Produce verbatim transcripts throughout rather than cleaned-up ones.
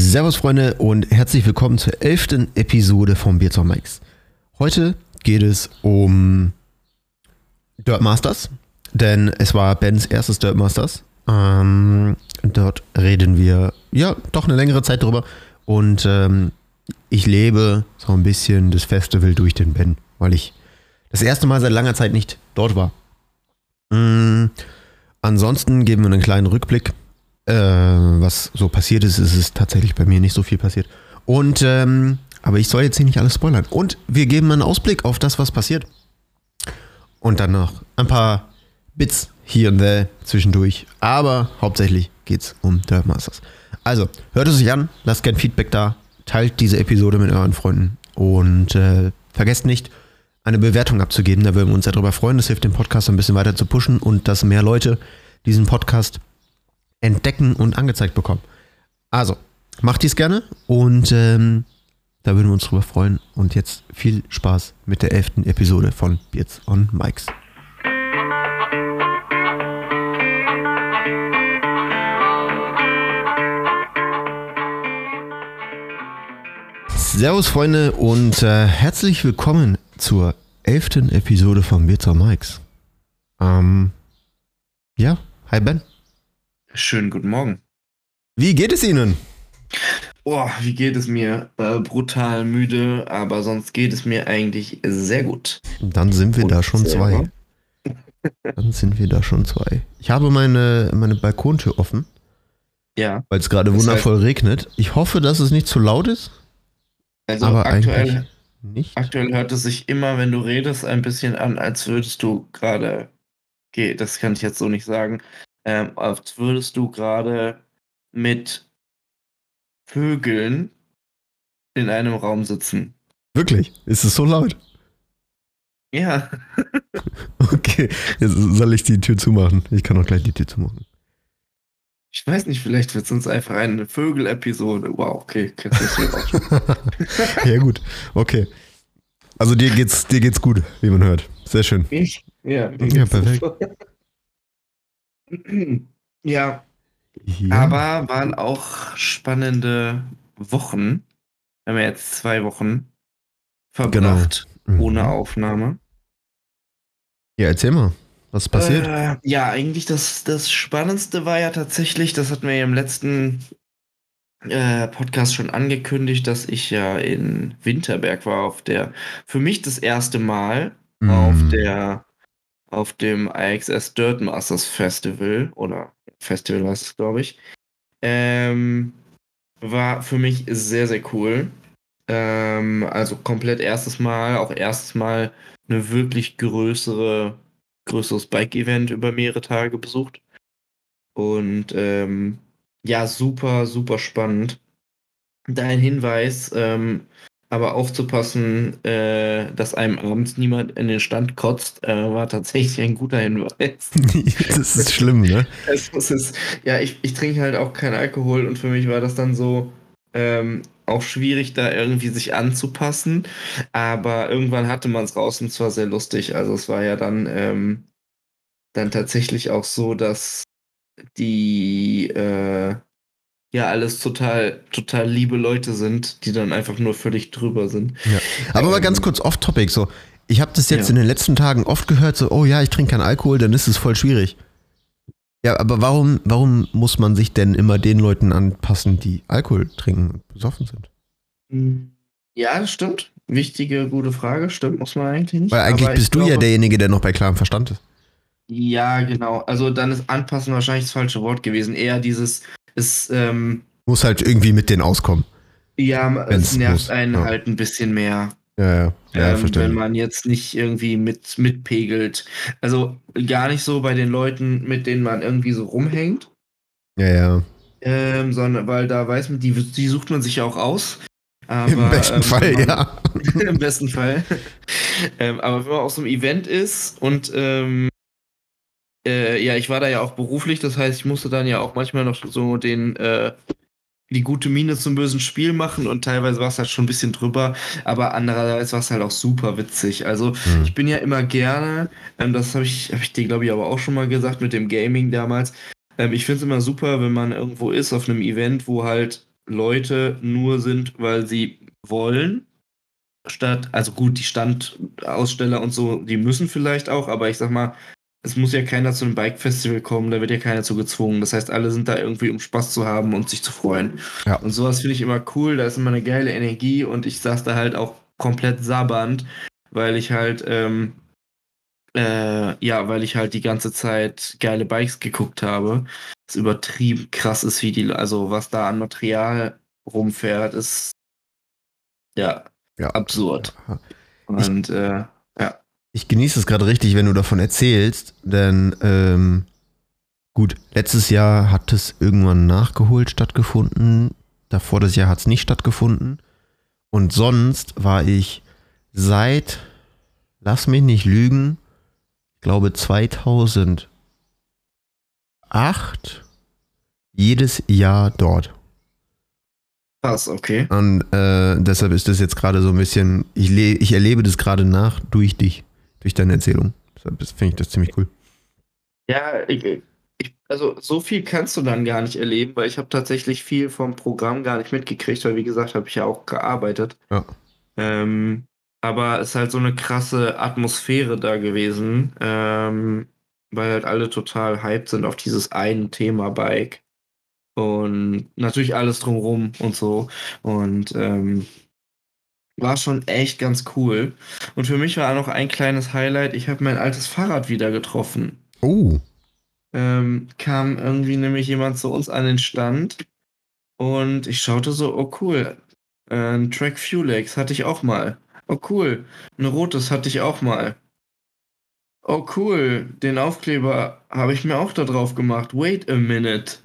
Servus Freunde und herzlich willkommen zur elften Episode von Beards on Mikes. Heute geht es um Dirt Masters, denn es war Bens erstes Dirt Masters. Ähm, dort reden wir ja doch eine längere Zeit drüber und ähm, ich lebe so ein bisschen das Festival durch den Ben, weil ich das erste Mal seit langer Zeit nicht dort war. Ähm, ansonsten geben wir einen kleinen Rückblick. Äh, was so passiert ist, ist es tatsächlich bei mir nicht so viel passiert. Und, ähm, aber ich soll jetzt hier nicht alles spoilern. Und wir geben einen Ausblick auf das, was passiert. Und dann noch ein paar Bits hier und da zwischendurch. Aber hauptsächlich geht's um Dirt Masters. Also, hört es euch an, lasst gerne Feedback da, teilt diese Episode mit euren Freunden und äh, vergesst nicht, eine Bewertung abzugeben. Da würden wir uns ja drüber freuen. Das hilft dem Podcast ein bisschen weiter zu pushen und dass mehr Leute diesen Podcast entdecken und angezeigt bekommen. Also, macht dies gerne und ähm, da würden wir uns drüber freuen. Und jetzt viel Spaß mit der elften Episode von Beards on Mikes. Servus Freunde und äh, herzlich willkommen zur elften Episode von Beards on Mikes. Ähm, ja, hi Ben. Schönen guten Morgen. Wie geht es Ihnen? Oh, wie geht es mir? Äh, brutal müde, aber sonst geht es mir eigentlich sehr gut. Dann sind wir Und da schon selber? zwei. Dann sind wir da schon zwei. Ich habe meine, meine Balkontür offen, Ja, weil es gerade Das wundervoll regnet. Ich hoffe, dass es nicht zu laut ist, also aber eigentlich aktuell, nicht. aktuell hört es sich immer, wenn du redest, ein bisschen an, als würdest du gerade, okay, das kann ich jetzt so nicht sagen, ähm, als würdest du gerade mit Vögeln in einem Raum sitzen. Wirklich? Ist es so laut? Ja, Okay, jetzt soll ich die Tür zumachen. Ich kann auch gleich die Tür zumachen. ich weiß nicht, vielleicht wird es uns einfach eine Vögel-Episode. Wow, okay, kannst du das hier raus. Ja gut, okay. Also dir geht's, dir geht's gut, wie man hört. Sehr schön. Ich? Ja, Ja, perfekt. Ja, Ja. aber waren auch spannende Wochen. Wir haben ja jetzt zwei Wochen verbracht Mhm. ohne Aufnahme. Ja, erzähl mal, was ist passiert? Äh, ja, eigentlich das, das Spannendste war ja tatsächlich, das hatten wir ja im letzten äh, Podcast schon angekündigt, dass ich ja in Winterberg war, auf der, für mich das erste Mal auf Mm. der, auf dem I X S Dirt Masters Festival, oder Festival heißt es, glaube ich. Ähm, war für mich sehr, sehr cool. Ähm, also komplett erstes Mal, auch erstes Mal eine wirklich größere, größeres Bike-Event über mehrere Tage besucht. Und ähm, ja, super, super spannend. Dein Hinweis, ähm, aber aufzupassen, äh, dass einem abends niemand in den Stand kotzt, äh, war tatsächlich ein guter Hinweis. Das ist schlimm, ne? Es, es ist, ja, ich, ich trinke halt auch keinen Alkohol und für mich war das dann so ähm, auch schwierig, da irgendwie sich anzupassen. Aber irgendwann hatte man es raus und es war sehr lustig. Also es war ja dann, ähm, dann tatsächlich auch so, dass die äh, ja alles total, total liebe Leute sind, die dann einfach nur völlig drüber sind. Ja. Aber mal Ähm, ganz kurz off-topic, so. Ich habe das jetzt Ja. in den letzten Tagen oft gehört, so, oh ja, ich trinke keinen Alkohol, dann ist es voll schwierig. Ja, aber warum, warum muss man sich denn immer den Leuten anpassen, die Alkohol trinken und besoffen sind? Ja, das stimmt. Wichtige, gute Frage. Stimmt, muss man eigentlich nicht. Weil eigentlich Aber ich bist du ja glaube- derjenige, der noch bei klarem Verstand ist. Ja, genau. Also dann ist anpassen wahrscheinlich das falsche Wort gewesen. Eher dieses, es, ähm, Muss halt irgendwie mit denen auskommen. ja, es Wenn's nervt muss, einen ja. halt ein bisschen mehr, Ja, ja, ja, ähm, verstehe. wenn man jetzt nicht irgendwie mit, mitpegelt. Also gar nicht so bei den Leuten, mit denen man irgendwie so rumhängt, Ja, ja. ähm, sondern weil da weiß man, die, die sucht man sich ja auch aus. Aber, Im besten ähm, Fall, wenn man- ja. Im besten Fall. ähm, aber wenn man auf so einem Event ist und ähm, äh, ja, ich war da ja auch beruflich, das heißt, ich musste dann ja auch manchmal noch so den äh, die gute Miene zum bösen Spiel machen und teilweise war es halt schon ein bisschen drüber, aber andererseits war es halt auch super witzig. Also Hm. ich bin ja immer gerne, ähm, das habe ich, hab ich dir glaube ich aber auch schon mal gesagt mit dem Gaming damals, ähm, ich finde es immer super, wenn man irgendwo ist auf einem Event, wo halt Leute nur sind, weil sie wollen, statt, also gut, die Standaussteller und so, die müssen vielleicht auch, aber ich sag mal, es muss ja keiner zu einem Bike-Festival kommen, da wird ja keiner zu gezwungen. Das heißt, alle sind da irgendwie, um Spaß zu haben und sich zu freuen. Ja. Und sowas finde ich immer cool, da ist immer eine geile Energie und ich saß da halt auch komplett sabbernd, weil ich halt, ähm, äh, ja, weil ich halt die ganze Zeit geile Bikes geguckt habe. Es übertrieben krass ist, wie die, also was da an Material rumfährt, ist ja Ja. absurd. Ich, Und äh, ja. ich genieße es gerade richtig, wenn du davon erzählst, denn ähm, gut, letztes Jahr hat es irgendwann nachgeholt stattgefunden. Davor das Jahr hat es nicht stattgefunden. Und sonst war ich seit, lass mich nicht lügen, ich glaube zweitausendacht jedes Jahr dort. Krass, okay. Und äh, deshalb ist das jetzt gerade so ein bisschen, ich, le ich erlebe das gerade nach durch dich, durch deine Erzählung. Deshalb finde ich das ziemlich cool. Ja, ich, ich, also so viel kannst du dann gar nicht erleben, weil ich habe tatsächlich viel vom Programm gar nicht mitgekriegt, weil wie gesagt, habe ich ja auch gearbeitet. Ja. Ähm, aber es ist halt so eine krasse Atmosphäre da gewesen, ähm, weil halt alle total hyped sind auf dieses eine Thema Bike. Und natürlich alles drumherum und so. Und ähm, war schon echt ganz cool. Und für mich war auch noch ein kleines Highlight, ich habe mein altes Fahrrad wieder getroffen. Oh. Ähm, kam irgendwie nämlich jemand zu uns an den Stand und ich schaute so, oh cool, äh, ein Track Fulex hatte ich auch mal. Oh cool, ein rotes hatte ich auch mal. Oh cool, den Aufkleber habe ich mir auch da drauf gemacht. Wait a minute.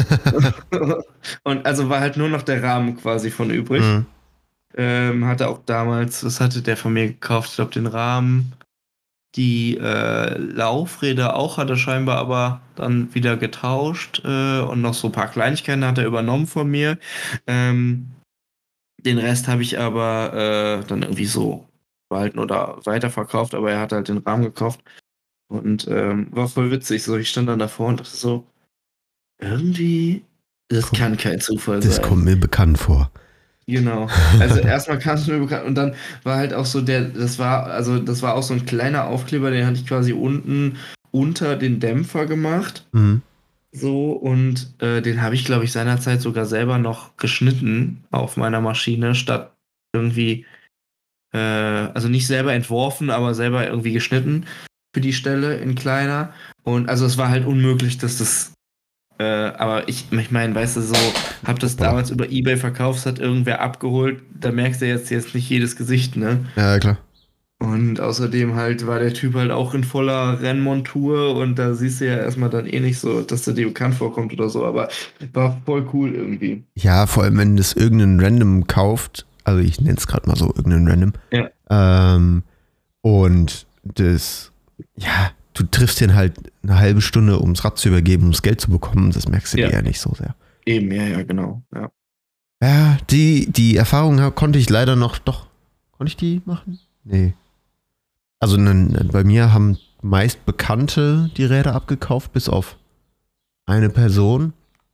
Und also war halt nur noch der Rahmen quasi von übrig. Mhm. Ähm, hatte auch damals, was hatte der von mir gekauft? Ich glaube, den Rahmen. Die äh, Laufräder auch hat er scheinbar aber dann wieder getauscht äh, und noch so ein paar Kleinigkeiten hat er übernommen von mir. Ähm, den Rest habe ich aber äh, dann irgendwie so behalten oder weiterverkauft, aber er hat halt den Rahmen gekauft und ähm, war voll witzig. So, ich stand dann davor und dachte so, irgendwie, das Komm, kann kein Zufall das sein. kommt mir bekannt vor. Genau. Also erstmal kam es mir bekannt und dann war halt auch so der, das war, also das war auch so ein kleiner Aufkleber, den hatte ich quasi unten unter den Dämpfer gemacht. Mhm. So, und äh, den habe ich, glaube ich, seinerzeit sogar selber noch geschnitten auf meiner Maschine, statt irgendwie, äh, also nicht selber entworfen, aber selber irgendwie geschnitten für die Stelle in kleiner. Und also es war halt unmöglich, dass das äh, aber ich, ich meine, weißt du, so, hab das Voilà. damals über eBay verkauft, hat irgendwer abgeholt, da merkst du jetzt, jetzt nicht jedes Gesicht, ne? Ja, klar. Und außerdem halt war der Typ halt auch in voller Rennmontur und da siehst du ja erstmal dann eh nicht so, dass der dir bekannt vorkommt oder so, aber war voll cool irgendwie. Ja, vor allem, wenn das irgendeinen Random kauft, also ich nenne es gerade mal so, irgendeinen Random. Ja. Ähm, und das, ja, du triffst den halt eine halbe Stunde, ums Rad zu übergeben, um das Geld zu bekommen. Das merkst du Ja. dir ja nicht so sehr. Eben, ja, ja, genau. Ja, Ja, die, die Erfahrung hab- konnte ich leider noch, doch, konnte ich die machen? Nee. Also ne, bei mir haben meist Bekannte die Räder abgekauft, bis auf eine Person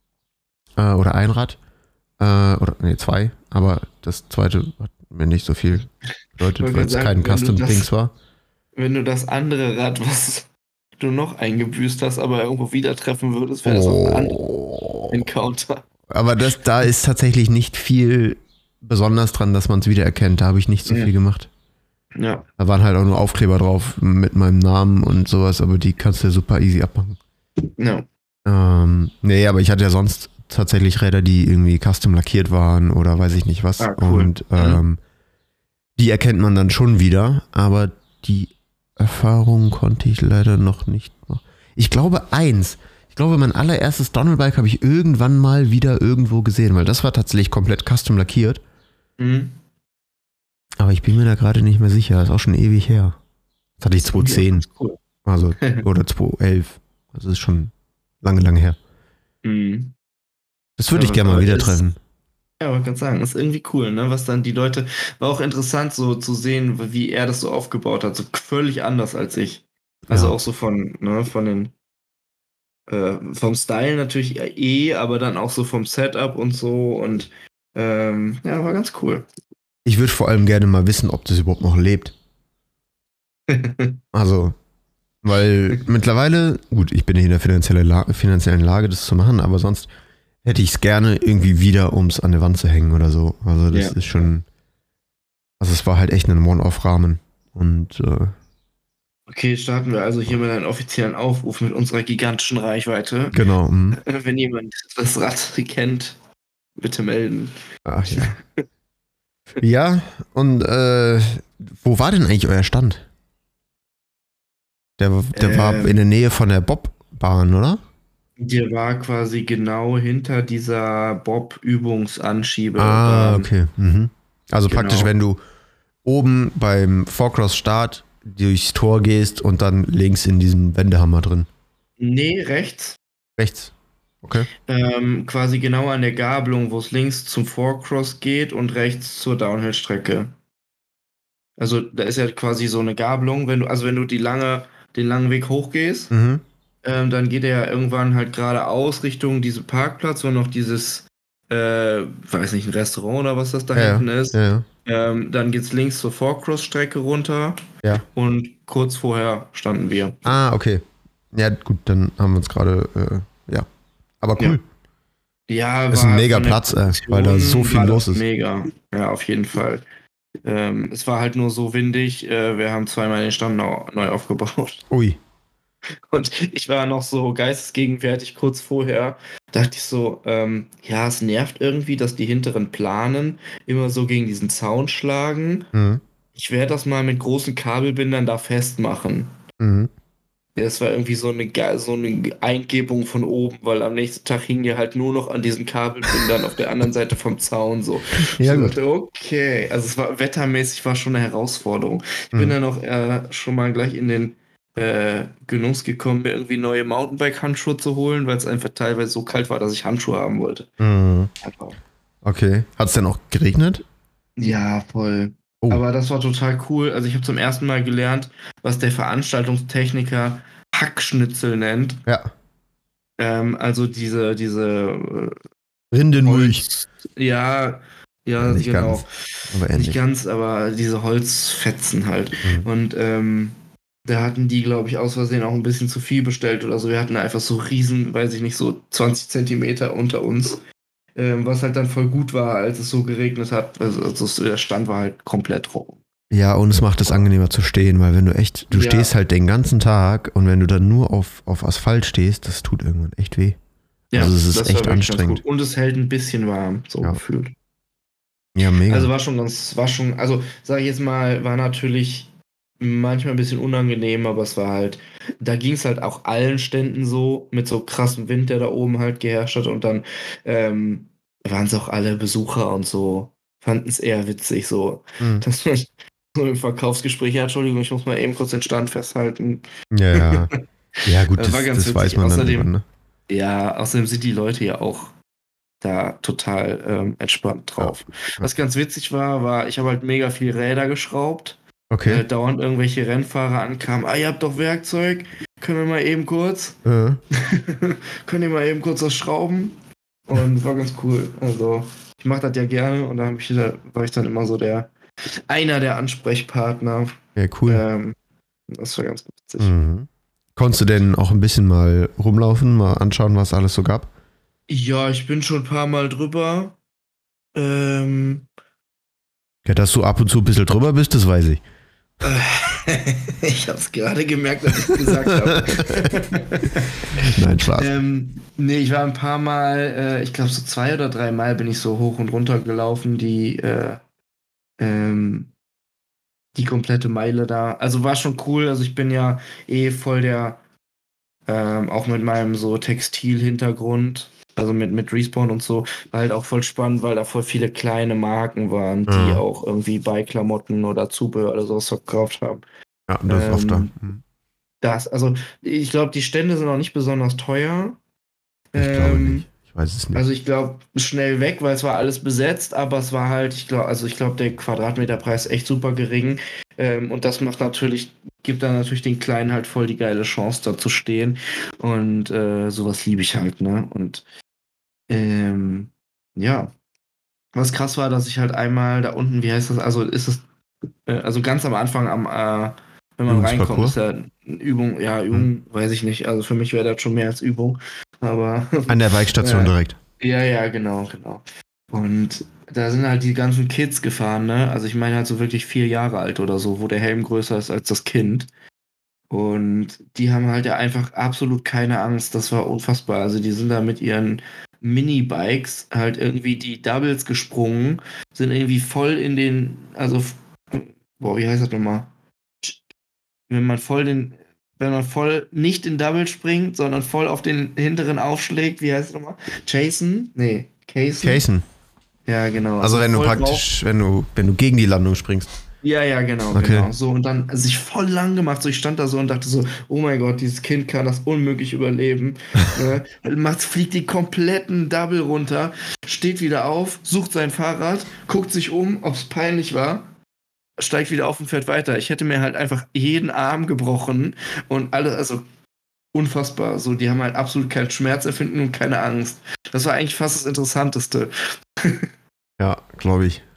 äh, oder ein Rad. Äh, oder nee, zwei, aber das zweite hat mir nicht so viel bedeutet, wollte weil es sagen, kein wenn du das- Custom-Dings war. wenn du das andere Rad, was du noch eingebüßt hast, aber irgendwo wieder treffen würdest, wäre das auch ein anderer Oh. Encounter. Aber das, da ist tatsächlich nicht viel besonders dran, dass man es wiedererkennt. Da habe ich nicht so Ja. viel gemacht. Ja, Da waren halt auch nur Aufkleber drauf mit meinem Namen und sowas, aber die kannst du ja super easy abmachen. ja. Ähm, nee, aber ich hatte ja sonst tatsächlich Räder, die irgendwie custom lackiert waren oder weiß ich nicht was. Ah, cool. Und ähm, die erkennt man dann schon wieder, aber die Erfahrung konnte ich leider noch nicht machen. Ich glaube eins, ich glaube mein allererstes Downhill-Bike habe ich irgendwann mal wieder irgendwo gesehen, weil das war tatsächlich komplett custom lackiert. Mhm. Aber ich bin mir da gerade nicht mehr sicher, ist auch schon ewig her. Das hatte ich zwanzig zehn, Cool. also oder zwanzig elf. Also ist schon lange, lange her. Mhm. Das würde Ja, ich gerne mal aber wieder ist- treffen. Ja, wollte gerade sagen, ist irgendwie cool, ne? Was dann die Leute, war auch interessant so zu sehen, wie er das so aufgebaut hat, so völlig anders als ich. Also Ja. auch so von, ne, von den, äh, vom Style natürlich eh, aber dann auch so vom Setup und so und ähm, ja, war ganz cool. Ich würde vor allem gerne mal wissen, ob das überhaupt noch lebt. Also, weil mittlerweile, gut, ich bin nicht in der finanziellen Lage, finanziellen Lage, das zu machen, aber sonst hätte ich es gerne irgendwie wieder, um es an der Wand zu hängen oder so. Also das Ja. ist schon, also es war halt echt ein One-Off-Rahmen. Und äh, Okay, starten wir also hier mit einem offiziellen Aufruf mit unserer gigantischen Reichweite. genau. Mh. Wenn jemand das Rad kennt, bitte melden. Ach ja. Ja, und äh, wo war denn eigentlich euer Stand? Der, der war Ähm, in der Nähe von der Bobbahn, oder? Der war quasi genau hinter dieser Ah, Bob-Übungsanschieberbahn. okay. Mhm. Also praktisch, Genau. wenn du oben beim Four-Cross-Start durchs Tor gehst und dann links in diesem Wendehammer drin. Nee, rechts. Rechts. Okay. Ähm, quasi genau an der Gabelung, wo es links zum Four-Cross geht und rechts zur Downhill-Strecke. Also da ist ja quasi so eine Gabelung, wenn du, also wenn du die lange, den langen Weg hochgehst, Mhm. ähm, dann geht er ja irgendwann halt geradeaus Richtung diesen Parkplatz, wo noch dieses, äh, weiß nicht, ein Restaurant oder was das da Ja, ja. hinten ist. Ja, ja. Ähm, dann geht's links zur Four-Cross-Strecke runter Ja. und kurz vorher standen wir. Ah, okay. Ja, gut, dann haben wir uns gerade, äh, ja. Aber cool. Ja, Ist ein war mega von der Platz, äh, weil da so Position viel war los das ist. mega. Ja, auf jeden Fall. Ähm, es war halt nur so windig. Äh, wir haben zweimal den Stand neu, neu aufgebaut. Ui. Und ich war noch so geistesgegenwärtig kurz vorher. Dachte ich so, ähm, ja, es nervt irgendwie, dass die hinteren Planen immer so gegen diesen Zaun schlagen. Mhm. Ich werde das mal mit großen Kabelbindern da festmachen. Mhm. Das war irgendwie so eine, ge- so eine Eingebung von oben, weil am nächsten Tag hingen die halt nur noch an diesen Kabelbindern auf der anderen Seite vom Zaun so. Ich Ja, so gut. dachte, okay, also es war wettermäßig war schon eine Herausforderung. Ich bin Mhm. dann auch äh, schon mal gleich in den äh, Genuss gekommen, mir irgendwie neue Mountainbike-Handschuhe zu holen, weil es einfach teilweise so kalt war, dass ich Handschuhe haben wollte. Mhm. Einfach. Okay. Hat es denn auch geregnet? Ja, voll. Oh. Aber das war total cool. Also ich habe zum ersten Mal gelernt, was der Veranstaltungstechniker Hackschnitzel nennt. Ja. Ähm, also diese, diese äh, Rindenmulch. Holz, ja, ja, Ja, nicht genau. ganz, aber Nicht ähnlich. ganz, aber diese Holzfetzen halt. Mhm. Und ähm, da hatten die, glaube ich, aus Versehen auch ein bisschen zu viel bestellt oder so. Wir hatten einfach so riesen, weiß ich nicht, so zwanzig Zentimeter unter uns. Ähm, was halt dann voll gut war, als es so geregnet hat. Also, also der Stand war halt komplett trocken. Ja, und es macht es angenehmer zu stehen, weil wenn du echt, du Ja. stehst halt den ganzen Tag und wenn du dann nur auf, auf Asphalt stehst, das tut irgendwann echt weh. Also es ist das war echt wirklich ganz anstrengend. gut. Und es hält ein bisschen warm, so Ja. gefühlt. Ja, mega. Also war schon ganz, war schon, also sag ich jetzt mal, war natürlich manchmal ein bisschen unangenehm, aber es war halt, da ging es halt auch allen Ständen so, mit so krassem Wind, der da oben halt geherrscht hat und dann ähm, waren es auch alle Besucher und so, fanden es eher witzig, so, Mhm. dass man so im Verkaufsgespräch, ja, Entschuldigung, ich muss mal eben kurz den Stand festhalten. Ja, ja. Ja, gut, Das das, war ganz das weiß witzig. man dann Außerdem- irgendwann, ne? Ja, außerdem sind die Leute ja auch da total ähm, entspannt drauf. Ja. Was ganz witzig war, war, ich habe halt mega viel Räder geschraubt. Okay. Äh, dauernd irgendwelche Rennfahrer ankamen. Ah, ihr habt doch Werkzeug. Können wir mal eben kurz? Äh, Könnt ihr mal eben kurz was schrauben? Und das war ganz cool. Also, ich mache das ja gerne und da hab ich, da war ich dann immer so der einer der Ansprechpartner. ja, cool. Ähm, das war ganz witzig. Mhm. Konntest du denn auch ein bisschen mal rumlaufen, mal anschauen, was alles so gab? Ja, ich bin schon ein paar Mal drüber. Ähm, Ja, dass du ab und zu ein bisschen drüber bist, das weiß ich. ich habe es gerade gemerkt, als ich gesagt habe. Nein, Spaß. ähm, nee, ich war ein paar Mal, äh, ich glaube so zwei oder drei Mal bin ich so hoch und runter gelaufen, die, äh, ähm, die komplette Meile da. Also war schon cool. Also ich bin ja eh voll der, ähm, auch mit meinem so Textil-Hintergrund, also mit, mit Respawn und so, war halt auch voll spannend, weil da voll viele kleine Marken waren, die Mhm. auch irgendwie bei Klamotten oder Zubehör oder sowas verkauft haben. Ja, das ist oft da. Ähm, Mhm. Das, also ich glaube, die Stände sind auch nicht besonders teuer. Ich glaube Ähm, nicht. Ich weiß es nicht. Also ich glaube, schnell weg, weil es war alles besetzt, aber es war halt, ich glaube, also ich glaube, der Quadratmeterpreis echt super gering. Ähm, und das macht natürlich, gibt dann natürlich den Kleinen halt voll die geile Chance, da zu stehen. Und äh, sowas liebe ich halt, ne? Und ähm, ja, was krass war, dass ich halt einmal da unten, wie heißt das, also ist es, äh, also ganz am Anfang am, äh, wenn man reinkommt, Übungsparcours? ist ja eine Übung, ja, Hm. Übung, weiß ich nicht. Also für mich wäre das schon mehr als Übung. Aber An der Bikestation äh, direkt. ja, ja, genau, genau. Und da sind halt die ganzen Kids gefahren, ne? Also ich meine halt so wirklich vier Jahre alt oder so, wo der Helm größer ist als das Kind. Und die haben halt ja einfach absolut keine Angst. Das war unfassbar. Also die sind da mit ihren Mini-Bikes halt irgendwie die Doubles gesprungen, sind irgendwie voll in den, also, boah, wie heißt das nochmal? Wenn man voll den, wenn man voll nicht in Double springt, sondern voll auf den hinteren aufschlägt, wie heißt es nochmal? Jason? Nee, Cason? Casen. Ja, genau. Also Also wenn du voll drauf. praktisch, wenn du, wenn du gegen die Landung springst. Ja, ja, genau, Okay. genau. So, und dann sich voll lang gemacht. So, ich stand da so und dachte so, oh mein Gott, dieses Kind kann das unmöglich überleben. Ne? Macht, fliegt die kompletten Double runter, steht wieder auf, sucht sein Fahrrad, guckt sich um, ob es peinlich war, steigt wieder auf und fährt weiter. Ich hätte mir halt einfach jeden Arm gebrochen und alles, also unfassbar. So, die haben halt absolut keinen Schmerzempfinden und keine Angst. Das war eigentlich fast das Interessanteste. Ja, glaube ich.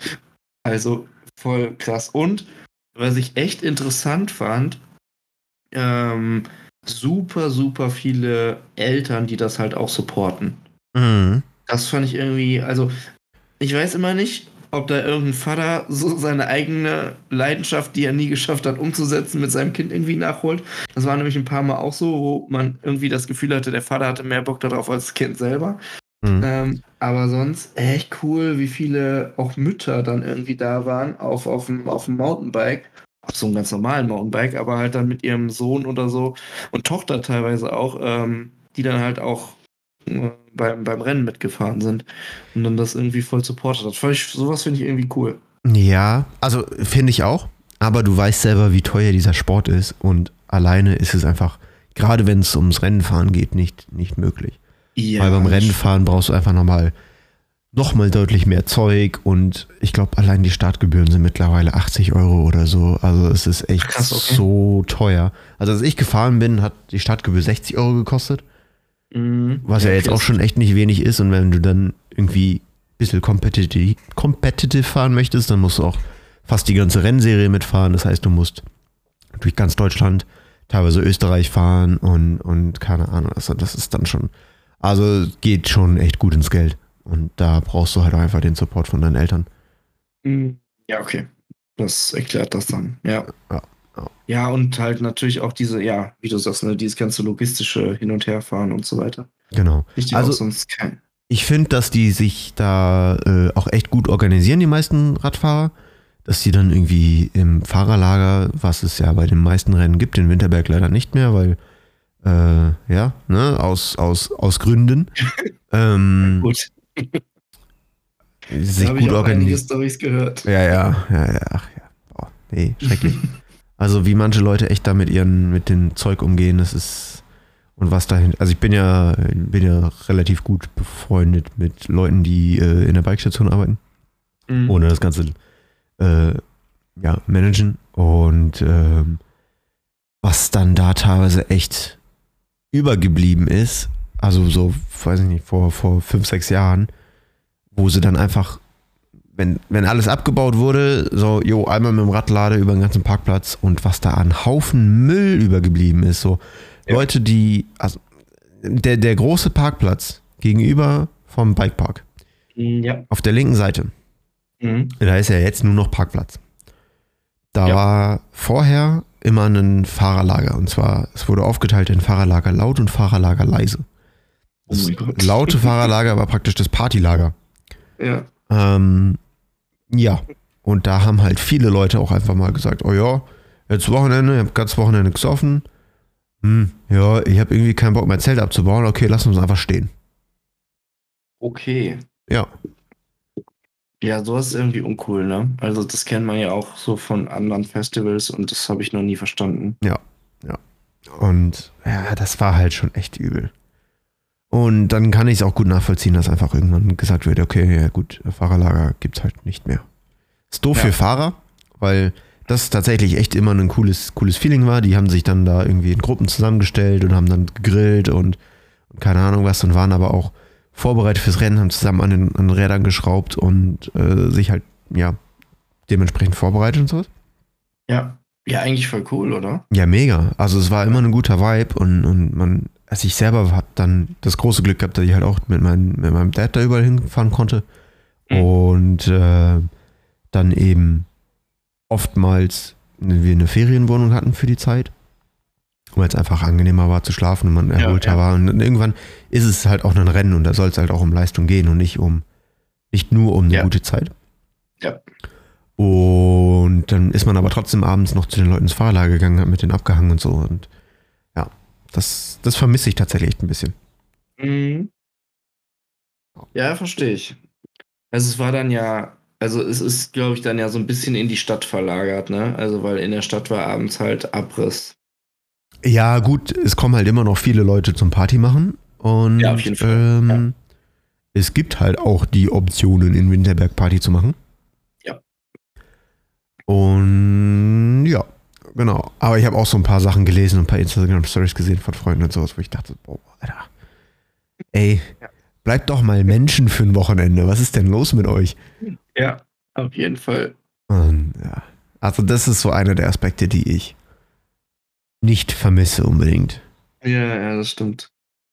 Also voll krass. Und was ich echt interessant fand, ähm, super, super viele Eltern, die das halt auch supporten. Mhm. Das fand ich irgendwie, also ich weiß immer nicht, ob da irgendein Vater so seine eigene Leidenschaft, die er nie geschafft hat, umzusetzen, mit seinem Kind irgendwie nachholt. Das war nämlich ein paar Mal auch so, wo man irgendwie das Gefühl hatte, der Vater hatte mehr Bock darauf als das Kind selber. Mhm. Ähm, aber sonst echt cool, wie viele auch Mütter dann irgendwie da waren auf, auf dem, auf dem Mountainbike. Auf so einem ganz normalen Mountainbike, aber halt dann mit ihrem Sohn oder so und Tochter teilweise auch, ähm, die dann halt auch äh, beim, beim Rennen mitgefahren sind und dann das irgendwie voll supportet hat. Fand ich, sowas finde ich irgendwie cool. Ja, also finde ich auch. Aber du weißt selber, wie teuer dieser Sport ist. Und alleine ist es einfach, gerade wenn es ums Rennenfahren geht, nicht, nicht möglich. Ja, Weil beim Rennenfahren brauchst du einfach nochmal noch mal deutlich mehr Zeug. Und ich glaube, allein die Startgebühren sind mittlerweile achtzig Euro oder so. Also es ist echt Krass, okay. so teuer. Also als ich gefahren bin, hat die Startgebühr sechzig Euro gekostet. Mhm. Was ja, Ja, jetzt okay, auch schon echt nicht wenig ist. Und wenn du dann irgendwie ein bisschen competitive, competitive fahren möchtest, dann musst du auch fast die ganze Rennserie mitfahren. Das heißt, du musst durch ganz Deutschland, teilweise Österreich fahren und, und keine Ahnung. Also das ist dann schon, also geht schon echt gut ins Geld. Und da brauchst du halt auch einfach den Support von deinen Eltern. Mhm. Ja, okay. Das erklärt das dann. Ja. Ja, ja. Ja, und halt natürlich auch diese, ja, wie du sagst, ne, dieses ganze logistische Hin- und Herfahren und so weiter. Genau. Ich Also auch sonst kein. ich finde, dass die sich da äh, auch echt gut organisieren, die meisten Radfahrer. Dass die dann irgendwie im Fahrerlager, was es ja bei den meisten Rennen gibt, den Winterberg leider nicht mehr, weil, äh, ja, ne, aus, aus, aus Gründen, ähm, Gut, sich da habe ich gut auch einige organisiert. Storys gehört. Ja, ja, ja, ja, ach ja. Boah, nee, schrecklich. Also wie manche Leute echt da mit ihren, mit dem Zeug umgehen, das ist, und was dahin, also ich bin ja, bin ja relativ gut befreundet mit Leuten, die äh, in der Bikestation arbeiten, Mhm. ohne das Ganze äh, ja, managen. Und ähm, was dann da teilweise echt übergeblieben ist, also so, weiß ich nicht, vor, vor fünf, sechs Jahren, wo sie dann einfach, wenn, wenn alles abgebaut wurde, so, jo, einmal mit dem Radlader über den ganzen Parkplatz und was da an Haufen Müll übergeblieben ist, so Ja. Leute, die, also der, der große Parkplatz gegenüber vom Bikepark, Ja. auf der linken Seite, Mhm. da ist ja jetzt nur noch Parkplatz. Da Ja. war vorher immer ein Fahrerlager. Und zwar, es wurde aufgeteilt in Fahrerlager laut und Fahrerlager leise. Oh mein Das Gott. laute Fahrerlager war praktisch das Partylager. Ja. Ähm, ja. Und da haben halt viele Leute auch einfach mal gesagt, oh ja, jetzt Wochenende, ich hab ganz Wochenende gesoffen. Hm, ja, ich habe irgendwie keinen Bock, mein Zelt abzubauen. Okay, lass uns einfach stehen. Okay. Ja. Ja, sowas ist irgendwie uncool, ne? Also das kennt man ja auch so von anderen Festivals und das habe ich noch nie verstanden. Und ja, das war halt schon echt übel. Und dann kann ich es auch gut nachvollziehen, dass einfach irgendwann gesagt wird, okay, ja gut, Fahrerlager gibt's halt nicht mehr. Ist doof Ja. für Fahrer, weil das tatsächlich echt immer ein cooles, cooles Feeling war. Die haben sich dann da irgendwie in Gruppen zusammengestellt und haben dann gegrillt und, und keine Ahnung was und waren aber auch vorbereitet fürs Rennen, haben zusammen an den, an den Rädern geschraubt und äh, sich halt, ja, dementsprechend vorbereitet und sowas. Ja. Ja, eigentlich voll cool, oder? Ja, mega. Also es war immer ein guter Vibe und, und man, als ich selber habe dann das große Glück gehabt, dass ich halt auch mit, mein, mit meinem Dad da überall hinfahren konnte Mhm. und äh, dann eben oftmals wir eine Ferienwohnung hatten für die Zeit, weil es einfach angenehmer war zu schlafen und man erholter ja. war. Und dann irgendwann ist es halt auch ein Rennen und da soll es halt auch um Leistung gehen und nicht um nicht nur um eine Ja. gute Zeit. Ja. Und dann ist man aber trotzdem abends noch zu den Leuten ins Fahrerlager gegangen, hat mit denen abgehangen und so. Und ja, das, das vermisse ich tatsächlich echt ein bisschen. Mhm. Ja, verstehe ich. Also es war dann ja, also es ist, glaube ich, dann ja so ein bisschen in die Stadt verlagert, ne? Also weil in der Stadt war abends halt Abriss. Ja, gut, es kommen halt immer noch viele Leute zum Party machen. Und Ja, auf jeden Fall, ähm, es gibt halt auch die Optionen, in Winterberg Party zu machen. Ja. Und ja, genau. Aber ich habe auch so ein paar Sachen gelesen und ein paar Instagram-Stories gesehen von Freunden und sowas, wo ich dachte, boah, Alter, ey, Ja. bleibt doch mal Menschen für ein Wochenende. Was ist denn los mit euch? Ja, auf jeden Fall. Und, ja. Also das ist so einer der Aspekte, die ich nicht vermisse unbedingt. Ja, ja, das stimmt.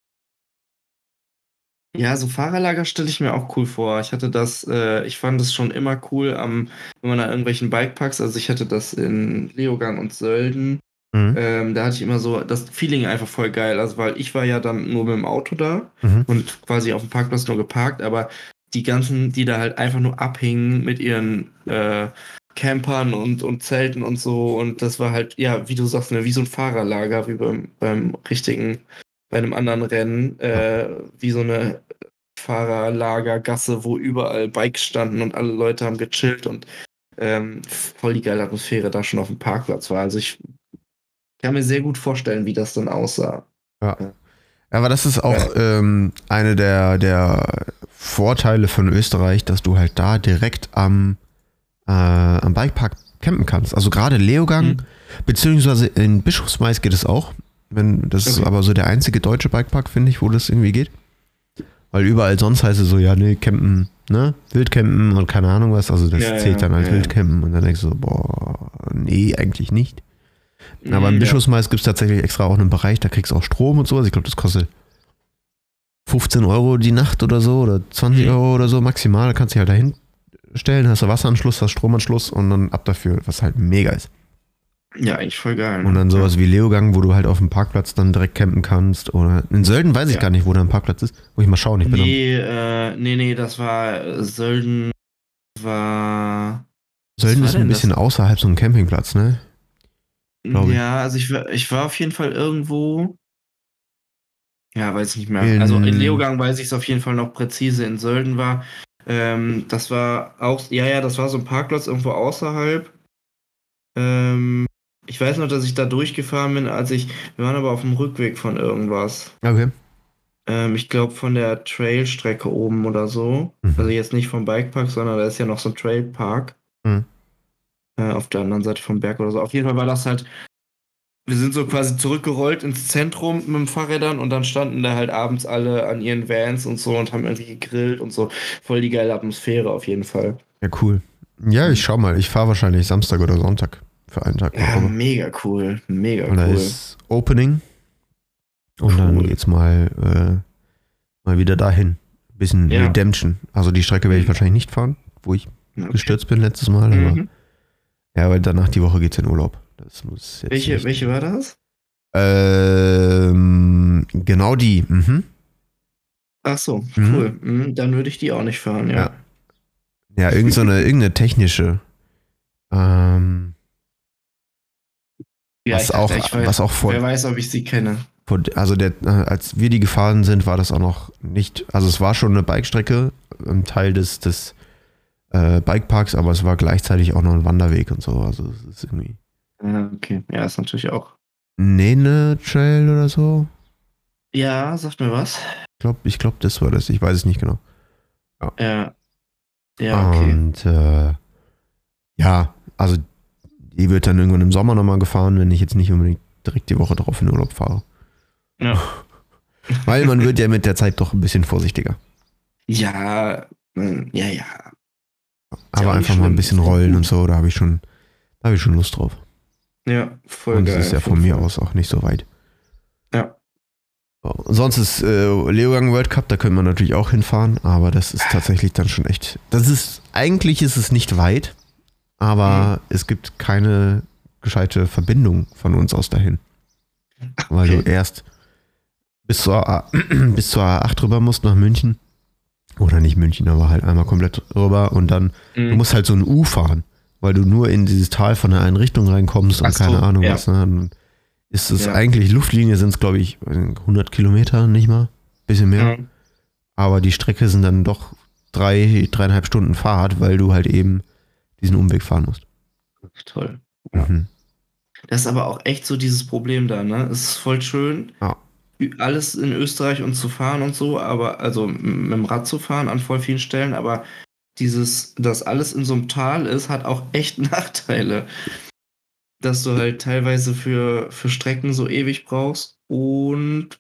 Ja, so Fahrerlager stelle ich mir auch cool vor. Ich hatte das, äh, ich fand es schon immer cool, am, wenn man an irgendwelchen Bikeparks, also ich hatte das in Leogang und Sölden, Mhm. ähm, da hatte ich immer so das Feeling einfach voll geil. Also, weil ich war ja dann nur mit dem Auto da Mhm. und quasi auf dem Parkplatz nur geparkt, aber die ganzen, die da halt einfach nur abhingen mit ihren äh, Campern und, und Zelten und so, und das war halt, ja, wie du sagst, ne, wie so ein Fahrerlager, wie beim, beim richtigen, bei einem anderen Rennen, äh, wie so eine Fahrerlagergasse, wo überall Bikes standen und alle Leute haben gechillt und ähm, voll die geile Atmosphäre da schon auf dem Parkplatz war. Also ich kann mir sehr gut vorstellen, wie das dann aussah. Ja. Aber das ist auch ähm, eine der, der Vorteile von Österreich, dass du halt da direkt am, äh, am Bikepark campen kannst. Also gerade Leogang, Mhm. beziehungsweise in Bischofsmais geht es auch. Wenn, das ist Okay. aber so der einzige deutsche Bikepark, finde ich, wo das irgendwie geht. Weil überall sonst heißt es so, ja, nee, campen, ne? Wildcampen und keine Ahnung was. Also das Ja, zählt ja, dann als ja, ja. Wildcampen. Und dann denkst du so, boah, nee, eigentlich nicht. Aber im Mhm, Bischofsmais gibt es tatsächlich extra auch einen Bereich, da kriegst du auch Strom und so. Also ich glaube, das kostet fünfzehn Euro die Nacht oder so oder zwanzig Mhm. Euro oder so maximal. Da kannst du dich halt dahin stellen, hast du Wasseranschluss, hast Stromanschluss und dann ab dafür, was halt mega ist. ja. Ja, eigentlich voll geil. Und dann sowas wie Leogang, wo du halt auf dem Parkplatz dann direkt campen kannst. Oder in Sölden weiß ich Ja. gar nicht, wo da ein Parkplatz ist. Muss ich mal schauen. Ich bin am, Nee, äh, nee, nee, das war äh, Sölden war. Sölden was ist war ein denn bisschen das? außerhalb so ein Campingplatz, ne? Glaub ich. Ja, also ich war, ich war auf jeden Fall irgendwo. Ja, weiß ich nicht mehr. In, Also in Leogang weiß ich es auf jeden Fall noch präzise. In Sölden war, ähm, das war auch, ja, ja, das war so ein Parkplatz irgendwo außerhalb. Ähm, ich weiß noch, dass ich da durchgefahren bin, als ich, wir waren aber auf dem Rückweg von irgendwas. okay. Ähm, ich glaube von der Trailstrecke oben oder so. Mhm. Also jetzt nicht vom Bikepark, sondern da ist ja noch so ein Trailpark Mhm. äh, auf der anderen Seite vom Berg oder so. Auf jeden Fall war das halt, wir sind so quasi zurückgerollt ins Zentrum mit dem Fahrrädern und dann standen da halt abends alle an ihren Vans und so und haben irgendwie gegrillt und so. Voll die geile Atmosphäre auf jeden Fall. Ja, cool. Ja, ich schau mal. Ich fahre wahrscheinlich Samstag oder Sonntag für einen Tag. Ja, auch immer. mega cool. Mega Und da cool. ist Opening. Und dann Cool. geht's mal, äh, mal wieder dahin. Bisschen Ja. Redemption. Also die Strecke werde ich Mhm. wahrscheinlich nicht fahren, wo ich Okay. gestürzt bin letztes Mal. Aber Mhm. ja, weil danach die Woche geht's in Urlaub. Das muss jetzt Welche, nicht. welche war das? Ähm, genau die. Mhm. Ach so, Mhm. cool. Mhm, dann würde ich die auch nicht fahren, ja. Ja. Ja, irgend so eine, irgendeine technische. Ähm, Ja, was, ich, auch, ich weiß, was auch vor, wer weiß, ob ich sie kenne. vor, also der, äh, als wir die gefahren sind, war das auch noch nicht, also es war schon eine Bikestrecke, ein Teil des, des äh, Bikeparks, aber es war gleichzeitig auch noch ein Wanderweg und so. Also es ist irgendwie Ja, okay. Ja, ist natürlich auch. Nene Trail oder so. Ja, sagt mir was. Ich glaube, ich glaub, das war das. Ich weiß es nicht genau. Ja. Ja, ja okay. Und äh, ja, also die wird dann irgendwann im Sommer nochmal gefahren, wenn ich jetzt nicht unbedingt direkt die Woche drauf in Urlaub fahre. Ja. Weil man wird ja mit der Zeit doch ein bisschen vorsichtiger. Ja, mm, ja, ja. Aber auch nicht einfach mal ein schlimm. bisschen Ist auch rollen gut. und so, da habe ich schon, da habe ich schon Lust drauf. Ja, voll Und geil. es ist ja auf von jeden mir Fall. aus auch nicht so weit. Ja. So, sonst ist äh, Leogang World Cup, da könnte man natürlich auch hinfahren, aber das ist tatsächlich dann schon echt. Das ist, eigentlich ist es nicht weit, aber es gibt keine gescheite Verbindung von uns aus dahin. Weil Okay. du erst bis zur, A, bis zur A acht rüber musst nach München. Oder nicht München, aber halt einmal komplett rüber und dann, Mhm. du musst halt so ein U fahren, weil du nur in dieses Tal von der einen Richtung reinkommst und Ach so, keine Ahnung ja. was. Ne? Dann ist es Ja. eigentlich, Luftlinie sind es glaube ich hundert Kilometer, nicht mal, bisschen mehr. Mhm. Aber die Strecke sind dann doch drei, dreieinhalb Stunden Fahrt, weil du halt eben diesen Umweg fahren musst. Toll. Ja. Mhm. Das ist aber auch echt so dieses Problem da, ne? Es ist voll schön, Ja. alles in Österreich und zu fahren und so, aber also m- mit dem Rad zu fahren an voll vielen Stellen, aber dieses, dass alles in so einem Tal ist, hat auch echt Nachteile. Dass du halt teilweise für, für Strecken so ewig brauchst und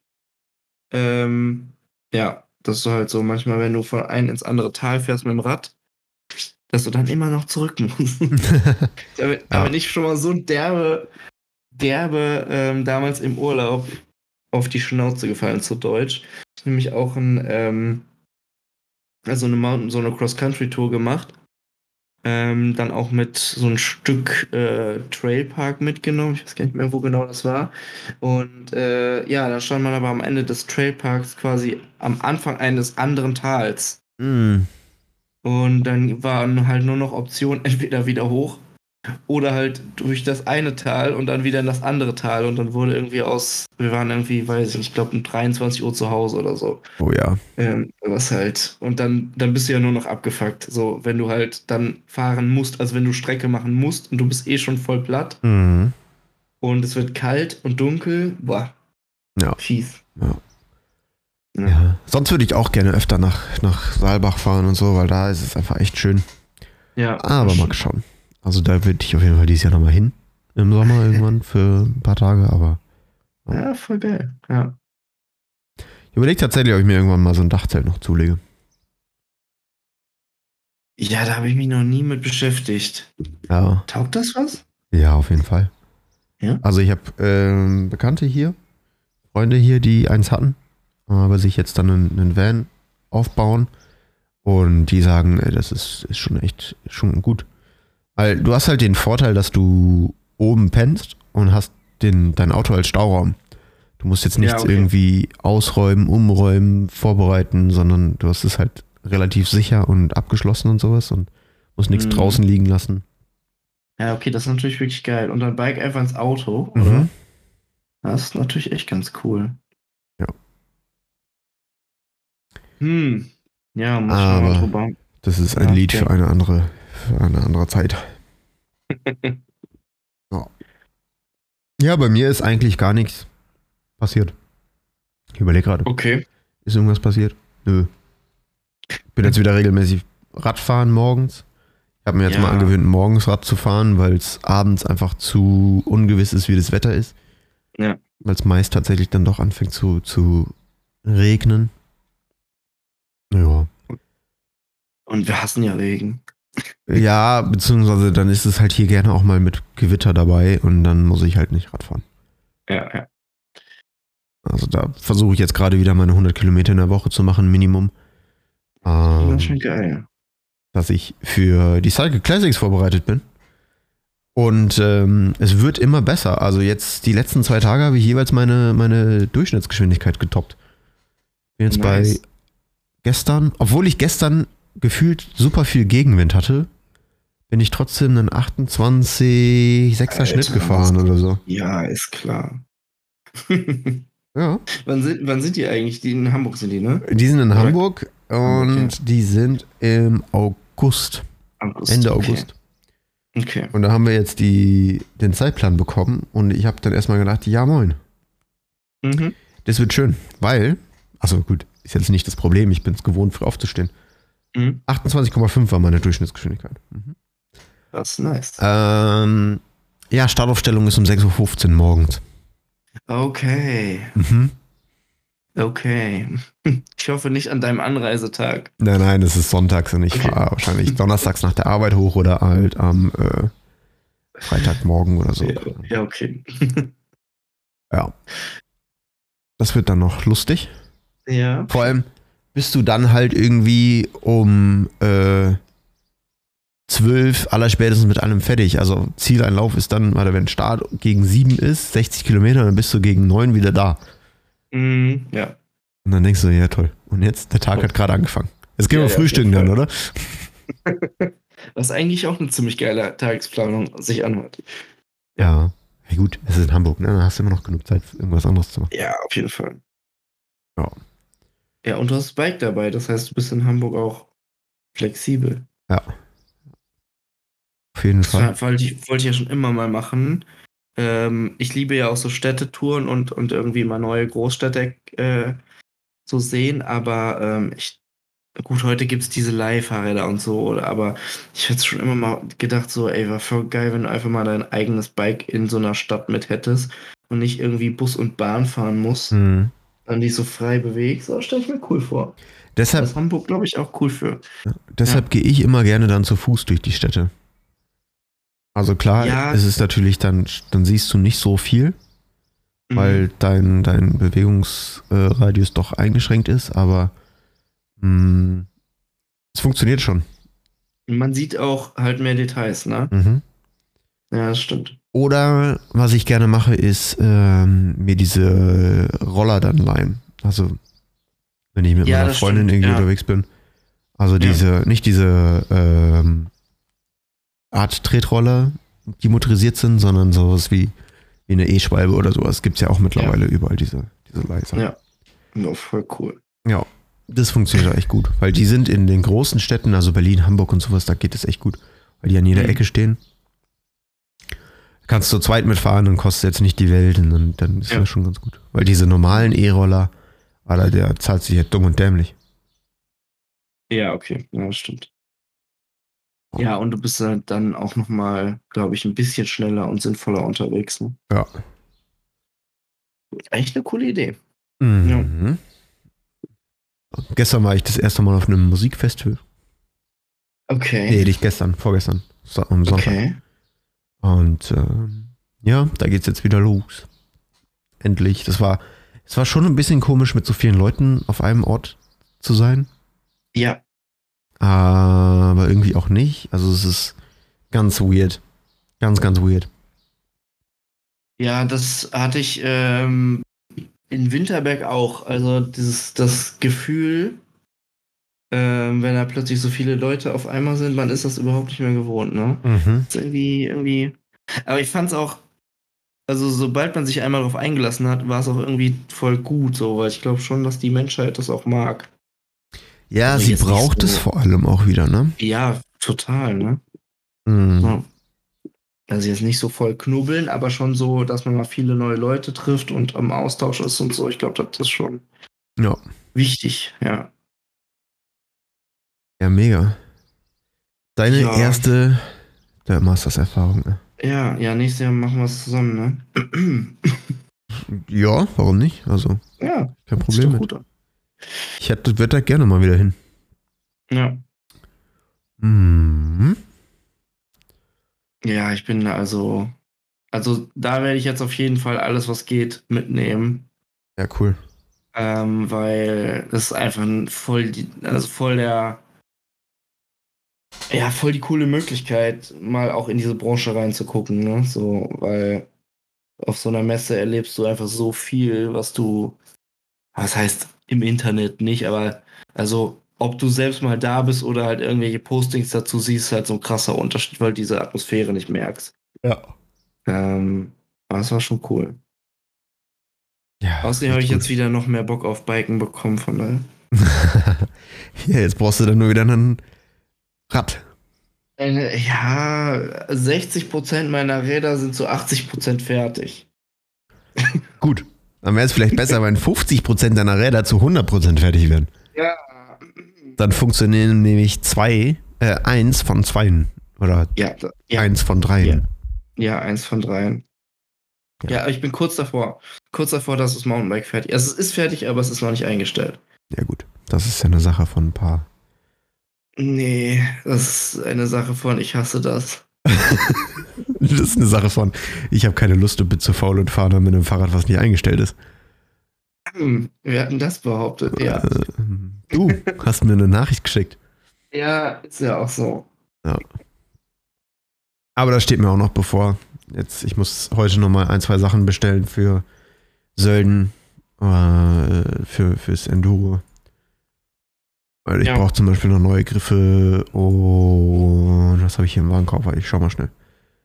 ähm, ja, dass du halt so manchmal, wenn du von einem ins andere Tal fährst mit dem Rad, dass du dann immer noch zurück musst. damit, Ja. damit ich schon mal so derbe, derbe ähm, damals im Urlaub auf die Schnauze gefallen, zu Deutsch. Ich habe nämlich auch ein, ähm, also eine Mountain, so eine Cross-Country-Tour gemacht. Ähm, dann auch mit so ein Stück äh, Trailpark mitgenommen. Ich weiß gar nicht mehr, wo genau das war. Und äh, ja, da stand man aber am Ende des Trailparks quasi am Anfang eines anderen Tals. Mhm. Und dann waren halt nur noch Optionen, entweder wieder hoch oder halt durch das eine Tal und dann wieder in das andere Tal. Und dann wurde irgendwie aus, wir waren irgendwie, weiß ich nicht, ich glaube um dreiundzwanzig Uhr zu Hause oder so. Oh ja. Ähm, was halt. Und dann, dann bist du ja nur noch abgefuckt. So, wenn du halt dann fahren musst, also wenn du Strecke machen musst und du bist eh schon voll platt Mhm. und es wird kalt und dunkel, boah, Ja. fies. Ja. Ja. Ja. Sonst würde ich auch gerne öfter nach, nach Saalbach fahren und so, weil da ist es einfach echt schön. Ja, Aber mal schauen. Also da würde ich auf jeden Fall dieses Jahr nochmal hin. Im Sommer irgendwann für ein paar Tage, aber ja, voll geil. Ja. ich überlege tatsächlich, ob ich mir irgendwann mal so ein Dachzelt noch zulege. Ja, da habe ich mich noch nie mit beschäftigt. Ja, Taugt das was? ja, auf jeden Fall. Ja? Also ich habe ähm, Bekannte hier, Freunde hier, die eins hatten, aber sich jetzt dann einen, einen Van aufbauen und die sagen, ey, das ist, ist schon echt schon gut. Weil du hast halt den Vorteil, dass du oben pennst und hast den, dein Auto als Stauraum. Du musst jetzt nichts okay. irgendwie ausräumen, umräumen, vorbereiten, sondern du hast es halt relativ sicher und abgeschlossen und sowas und musst nichts Mhm. draußen liegen lassen. Ja, okay, das ist natürlich wirklich geil. Und dann Bike einfach ins Auto, Mhm. oder? Das ist natürlich echt ganz cool. Ja. Hm. Ja, muss ich mal Aber drüber. das ist ein Lied für nachdenken. eine andere, für eine andere Zeit. Ja. Ja, bei mir ist eigentlich gar nichts passiert. Ich überlege gerade, Okay. ist irgendwas passiert? Nö. Bin jetzt wieder regelmäßig Radfahren morgens. Ich habe mir jetzt Ja. mal angewöhnt, morgens Rad zu fahren, weil es abends einfach zu ungewiss ist, wie das Wetter ist. Ja. Weil es meist tatsächlich dann doch anfängt zu, zu regnen. Ja. Und wir hassen ja Regen. Ja, beziehungsweise dann ist es halt hier gerne auch mal mit Gewitter dabei und dann muss ich halt nicht Rad fahren. Ja, ja. Also da versuche ich jetzt gerade wieder meine hundert Kilometer in der Woche zu machen, Minimum. Ähm, Das ist schon geil. dass ich für die Cycle Classics vorbereitet bin. Und ähm, es wird immer besser. Also jetzt die letzten zwei Tage habe ich jeweils meine, meine Durchschnittsgeschwindigkeit getoppt. Bin jetzt Nice. bei gestern, obwohl ich gestern gefühlt super viel Gegenwind hatte, bin ich trotzdem einen achtundzwanzig sechser Alter, Schnitt gefahren was- oder so. Ja, ist klar. Ja. wann, sind, wann sind die eigentlich? Die in Hamburg sind die, ne? Die sind in Oder- Hamburg und Hamburg, die sind im August, August. Ende okay. August. Okay. Und da haben wir jetzt die, den Zeitplan bekommen und ich habe dann erstmal gedacht, ja moin, Mhm. das wird schön, weil, also gut, ist jetzt nicht das Problem, ich bin es gewohnt, früh aufzustehen. Mhm. achtundzwanzig Komma fünf war meine Durchschnittsgeschwindigkeit. Mhm. Das ist nice. Ähm, ja, Startaufstellung ist um sechs Uhr fünfzehn morgens. Okay. Mhm. Okay. Ich hoffe nicht an deinem Anreisetag. Nein, nein, es ist sonntags und ich Okay. fahre wahrscheinlich donnerstags nach der Arbeit hoch oder halt am äh, Freitagmorgen oder so. Ja, ja, okay. Ja. Das wird dann noch lustig. Ja. Vor allem bist du dann halt irgendwie um äh, zwölf allerspätestens mit allem fertig. Also Zieleinlauf ist dann, warte, wenn Start gegen sieben ist, sechzig Kilometer, dann bist du gegen neun wieder da. Mhm, ja. Und dann denkst du, ja toll. Und jetzt, der Tag Oh. hat gerade angefangen. Jetzt gehen Ja, wir ja, frühstücken auf dann, jeden oder? Was eigentlich auch eine ziemlich geile Tagesplanung sich anhört. Ja. Ja gut, es ist in Hamburg, ne? Da hast du immer noch genug Zeit, irgendwas anderes zu machen. Ja, auf jeden Fall. Ja. Ja, und du hast das Bike dabei, das heißt, du bist in Hamburg auch flexibel. Ja. Auf jeden Das Fall. war- wollte ich, wollte ich ja schon immer mal machen. Ähm, ich liebe ja auch so Städtetouren und, und irgendwie mal neue Großstädte äh, zu sehen, aber ähm, ich, gut, heute gibt es diese Leihfahrräder und so, oder- aber ich hätte schon immer mal gedacht, so, ey, war voll geil, wenn du einfach mal dein eigenes Bike in so einer Stadt mit hättest und nicht irgendwie Bus und Bahn fahren musst, Mhm. dann dich so frei bewegst. Das stelle ich mir cool vor. Da Deshalb, ist Hamburg, glaube ich, auch cool für. deshalb gehe ich immer gerne dann zu Fuß durch die Städte. Also klar, Ja. es ist natürlich dann, dann siehst du nicht so viel, Mhm. weil dein, dein Bewegungsradius doch eingeschränkt ist, aber mh, es funktioniert schon. Man sieht auch halt mehr Details, ne? Mhm. Ja, das stimmt. Oder was ich gerne mache, ist ähm, mir diese Roller dann leihen. Also wenn ich mit Ja, meiner das Freundin stimmt, irgendwie ja. unterwegs bin. Also diese, nicht diese ähm, Art Tretroller, die motorisiert sind, sondern sowas wie, wie eine E-Schwalbe oder sowas. Gibt es ja auch mittlerweile überall diese, diese Leihsachen. Ja. Ja, voll cool. Ja, das funktioniert auch echt gut, weil die sind in den großen Städten, also Berlin, Hamburg und sowas, da geht es echt gut, weil die an jeder Mhm. Ecke stehen. Kannst zu zweit mitfahren und kostet jetzt nicht die Welt und dann, dann ist Ja. das schon ganz gut. Weil diese normalen E-Roller, Alter, der zahlt sich halt dumm und dämlich. Ja, okay. Ja, das stimmt. Ja, und du bist halt dann auch nochmal, glaube ich, ein bisschen schneller und sinnvoller unterwegs. Ne? Ja. Echt eine coole Idee. Mhm. Gestern war ich das erste Mal auf einem Musikfestival. Okay. Nee, nicht gestern, vorgestern. So, am Sonntag. Okay. Und ähm, ja, da geht's jetzt wieder los. Endlich. Das war, es war schon ein bisschen komisch, mit so vielen Leuten auf einem Ort zu sein. Ja. Aber irgendwie auch nicht. Also es ist ganz weird. Ganz, ganz weird. Ja, das hatte ich ähm, in Winterberg auch. Also dieses, das Gefühl, ähm, wenn da plötzlich so viele Leute auf einmal sind, man ist das überhaupt nicht mehr gewohnt, ne? Mhm. Das ist irgendwie, irgendwie. Aber ich fand's auch, also sobald man sich einmal darauf eingelassen hat, war es auch irgendwie voll gut, so, weil ich glaube schon, dass die Menschheit das auch mag. Ja, Also sie jetzt nicht braucht so- es vor allem auch wieder, ne? Ja, total, ne? Mhm. Ja. Also jetzt nicht so voll knubbeln, aber schon so, dass man mal viele neue Leute trifft und am Austausch ist und so. Ich glaube, das ist schon Ja. wichtig, ja. Ja, mega. Deine Ja. erste der Masters-Erfahrung. Ne? Ja, ja, nächstes Jahr machen wir es zusammen, ne? Ja, warum nicht? Also, Ja, kein sieht Problem doch mit. gut an. Ich hätte, würde da gerne mal wieder hin. Ja. Mhm. Ja, ich bin da also, also da werde ich jetzt auf jeden Fall alles, was geht, mitnehmen. Ja, cool. Ähm, weil das ist einfach ein voll die, also voll der, ja, voll die coole Möglichkeit, mal auch in diese Branche reinzugucken, ne? So, weil auf so einer Messe erlebst du einfach so viel, was du, was heißt im Internet nicht, aber also ob du selbst mal da bist oder halt irgendwelche Postings dazu siehst, ist halt so ein krasser Unterschied, weil du diese Atmosphäre nicht merkst. Ja. Ähm, aber es war schon cool. Ja, Außerdem habe ich gut. jetzt wieder noch mehr Bock auf Biken bekommen, von daher. Ja, jetzt brauchst du dann nur wieder ein Rad. Äh, ja, sechzig Prozent meiner Räder sind zu achtzig Prozent fertig. Gut. Dann wäre es vielleicht besser, wenn fünfzig Prozent deiner Räder zu hundert Prozent fertig werden. Ja. Dann funktionieren nämlich zwei, äh, eins von zweien. Oder Ja, da, ja. eins von dreien. Ja. ja, eins von dreien. Ja. ja, ich bin kurz davor. Kurz davor, dass das Mountainbike fertig ist. Also es ist fertig, aber es ist noch nicht eingestellt. Ja gut, das ist ja eine Sache von ein paar. Nee, das ist eine Sache von, ich hasse das. Das ist eine Sache von, ich habe keine Lust und bin zu faul und fahre dann mit einem Fahrrad, was nicht eingestellt ist. Hm, wir hatten das behauptet, ja. Äh, du hast mir eine Nachricht geschickt. Ja, ist ja auch so. Ja. Aber das steht mir auch noch bevor. Jetzt, ich muss heute noch mal ein, zwei Sachen bestellen für Sölden, äh, für, fürs Enduro. Weil ich Ja. brauche zum Beispiel noch neue Griffe und was habe ich hier im Warenkorb? Ich schau mal schnell.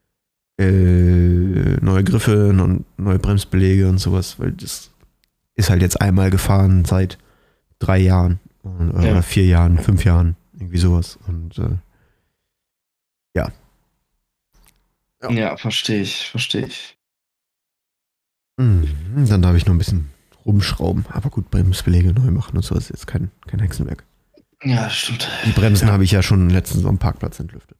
Äh, neue Griffe und neue Bremsbeläge und sowas, weil das ist halt jetzt einmal gefahren seit drei Jahren oder Ja. vier Jahren, fünf Jahren, irgendwie sowas. Und äh, ja. Ja. Ja, verstehe ich, verstehe ich. Mhm, dann darf ich noch ein bisschen rumschrauben. Aber gut, Bremsbeläge neu machen und so ist jetzt kein, kein Hexenwerk. Ja, das stimmt. Die Bremsen Ja. habe ich ja schon letztens am Parkplatz entlüftet.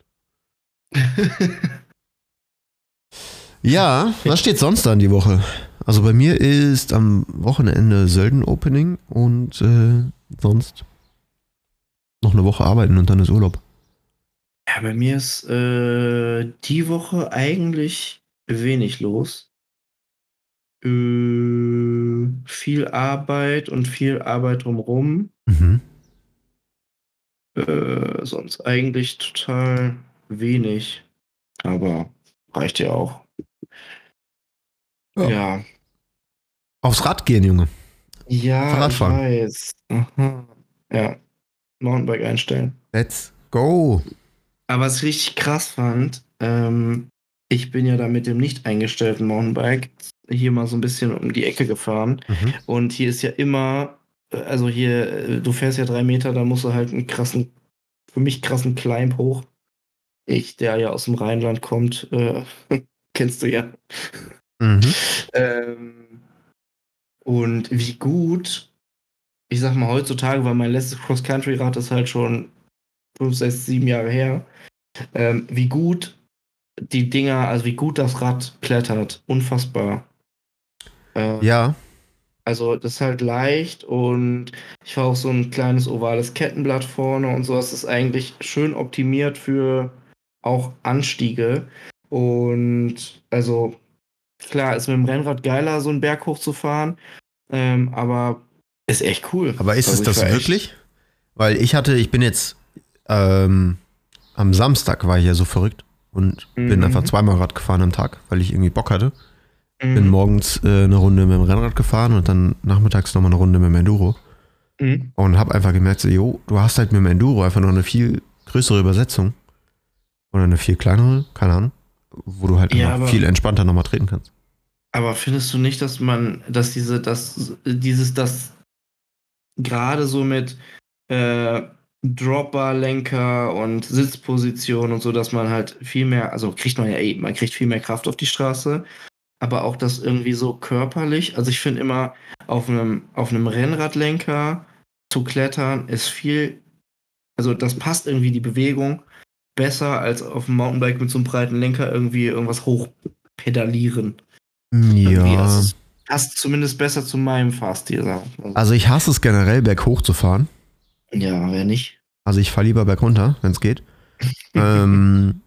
Ja, was steht sonst da in die Woche? Also bei mir ist am Wochenende Sölden-Opening und äh, sonst noch eine Woche arbeiten und dann ist Urlaub. Ja, bei mir ist äh, die Woche eigentlich wenig los. Äh, viel Arbeit und viel Arbeit drumherum. Mhm. Äh, sonst eigentlich total wenig. Aber reicht ja auch. Ja. Ja. Aufs Rad gehen, Junge. Ja, ich Fahrradfahren. weiß. Aha. Ja. Mountainbike einstellen. Let's go. Aber was ich richtig krass fand, ähm, ich bin ja da mit dem nicht eingestellten Mountainbike hier mal so ein bisschen um die Ecke gefahren. Mhm. Und hier ist ja immer, äh, also hier, äh, du fährst ja drei Meter, da musst du halt einen krassen, für mich krassen Climb hoch. Ich, der ja aus dem Rheinland kommt, äh, kennst du ja. Mhm. Ähm, und wie gut, ich sag mal heutzutage, weil mein letztes Cross-Country-Rad ist halt schon fünf, sechs, sieben Jahre her, ähm, wie gut die Dinger, also wie gut das Rad klettert. Unfassbar. Äh, Ja, Also das ist halt leicht und ich fahre auch so ein kleines ovales Kettenblatt vorne und so. Das ist eigentlich schön optimiert für auch Anstiege. Und also klar, ist mit dem Rennrad geiler, so einen Berg hochzufahren, ähm, aber ist echt cool. aber ist Also es ich das war echt- wirklich? Weil ich hatte, ich bin jetzt ähm, am Samstag war ich ja so verrückt und bin Mhm. einfach zweimal Rad gefahren am Tag, weil ich irgendwie Bock hatte. Mhm. Bin morgens äh, eine Runde mit dem Rennrad gefahren und dann nachmittags nochmal eine Runde mit dem Enduro. Mhm. Und habe einfach gemerkt, so, jo, du hast halt mit dem Enduro einfach noch eine viel größere Übersetzung. Oder eine viel kleinere, keine Ahnung. Wo du halt Ja, einfach aber- viel entspannter nochmal treten kannst. Aber findest du nicht, dass man, dass diese, dass dieses, das gerade so mit äh, Dropper, Lenker und Sitzposition und so, dass man halt viel mehr, also kriegt man ja eh, man kriegt viel mehr Kraft auf die Straße, aber auch das irgendwie so körperlich. Also ich finde immer, auf einem, auf einem Rennradlenker zu klettern ist viel, also das passt irgendwie die Bewegung besser als auf dem Mountainbike mit so einem breiten Lenker irgendwie irgendwas hochpedalieren. Irgendwie, Ja. also es passt zumindest besser zu meinem Fahrstil, sagen wir mal. Also ich hasse es generell, berghoch zu fahren. Ja, wer nicht? Also ich fahre lieber bergunter, wenn es geht. ähm,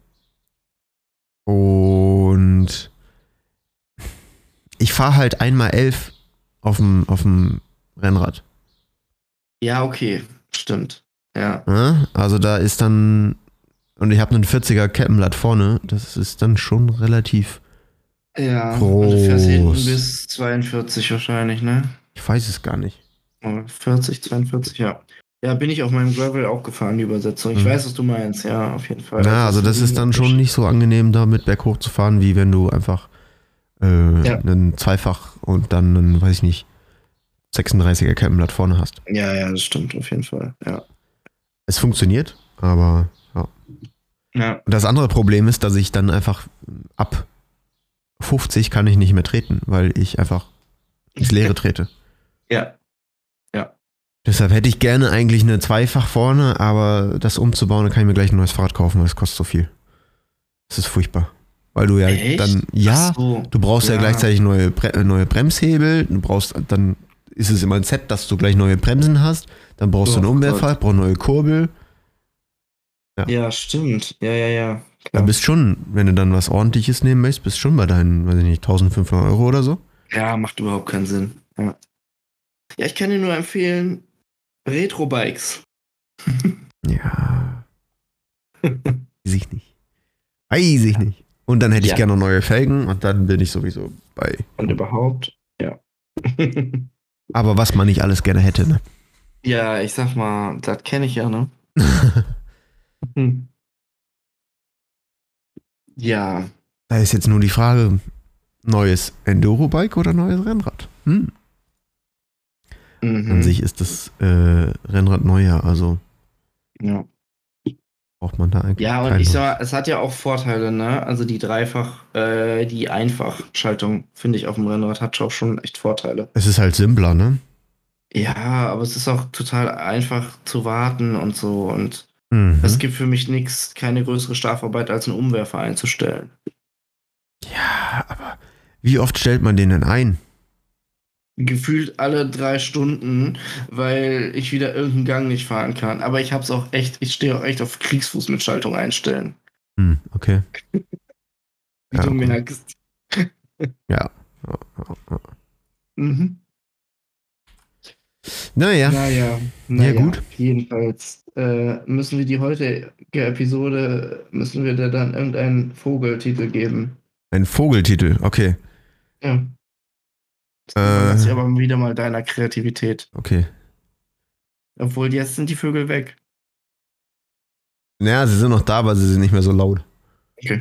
und ich fahre halt einmal elf auf dem auf dem Rennrad. Ja, okay, stimmt. Ja. Ne? Also da ist dann, und ich habe einen vierziger Kettenblatt vorne, das ist dann schon relativ, Ja, Groß. und du fährst hinten bis zweiundvierzig wahrscheinlich, ne? ich weiß es gar nicht. Oder vierzig, zweiundvierzig, ja. Ja, bin ich auf meinem Gravel auch gefahren, die Übersetzung. Ich Mhm. weiß, was du meinst, ja, auf jeden Fall. Na, also das ist dann schon nicht so angenehm, da mit berghoch zu fahren, wie wenn du einfach äh, Ja. einen Zweifach und dann einen, weiß ich nicht, sechsunddreißiger Kettenblatt vorne hast. Ja, ja, das stimmt, auf jeden Fall, ja. Es funktioniert, aber ja. Ja, Und das andere Problem ist, dass ich dann einfach ab fünfzig kann ich nicht mehr treten, weil ich einfach ins Leere trete. Ja. Deshalb hätte ich gerne eigentlich eine Zweifach vorne, aber das umzubauen, dann kann ich mir gleich ein neues Fahrrad kaufen, weil es kostet so viel. Das ist furchtbar. Weil du ja Echt? dann, ja, so. du brauchst ja, Ja. gleichzeitig neue, Bre- neue Bremshebel, du brauchst, dann ist es immer ein Set, dass du gleich neue Bremsen hast, dann brauchst Oh du einen Gott. Umwerfer, brauchst neue Kurbel. Ja, stimmt. Ja, ja, ja. Da Klar. bist schon, wenn du dann was Ordentliches nehmen möchtest, bist schon bei deinen, weiß ich nicht, eintausendfünfhundert Euro oder so. Ja, macht überhaupt keinen Sinn. Ja, ja ich kann dir nur empfehlen, Retro-Bikes. Ja. Weiß ich nicht. Weiß ich nicht. Und dann hätte ich Ja. gerne neue Felgen und dann bin ich sowieso bei. Und überhaupt, ja. Aber was man nicht alles gerne hätte, ne? Ja, ich sag mal, das kenne ich ja, ne? Hm. Ja, Da ist jetzt nur die Frage, neues Enduro-Bike oder neues Rennrad? Hm. mhm. An sich ist das äh, Rennrad neuer, also ja. braucht man da eigentlich Ja, und keinen ich Neues. sag mal, es hat ja auch Vorteile, ne? Also die Dreifach, äh, die Einfachschaltung, finde ich, auf dem Rennrad hat auch schon echt Vorteile. Es ist halt simpler, ne? Ja, aber es ist auch total einfach zu warten und so. Und Mhm. es gibt für mich nichts, keine größere Strafarbeit, als einen Umwerfer einzustellen. Ja, aber wie oft stellt man den denn ein? Gefühlt alle drei Stunden, weil ich wieder irgendeinen Gang nicht fahren kann. Aber ich hab's auch echt, ich stehe auch echt auf Kriegsfuß mit Schaltung einstellen. Hm, okay. Wie Ja, du okay. merkst. Ja. Ja, ja, ja. Mhm. Naja, Naja, naja, gut. jedenfalls äh, müssen wir die heutige Episode, müssen wir da dann irgendeinen Vogeltitel geben. ein Vogeltitel, okay. Ja. Das Äh. überlasse ich aber wieder mal deiner Kreativität. Okay. Obwohl, jetzt sind die Vögel weg. Naja, sie sind noch da, aber sie sind nicht mehr so laut. Okay.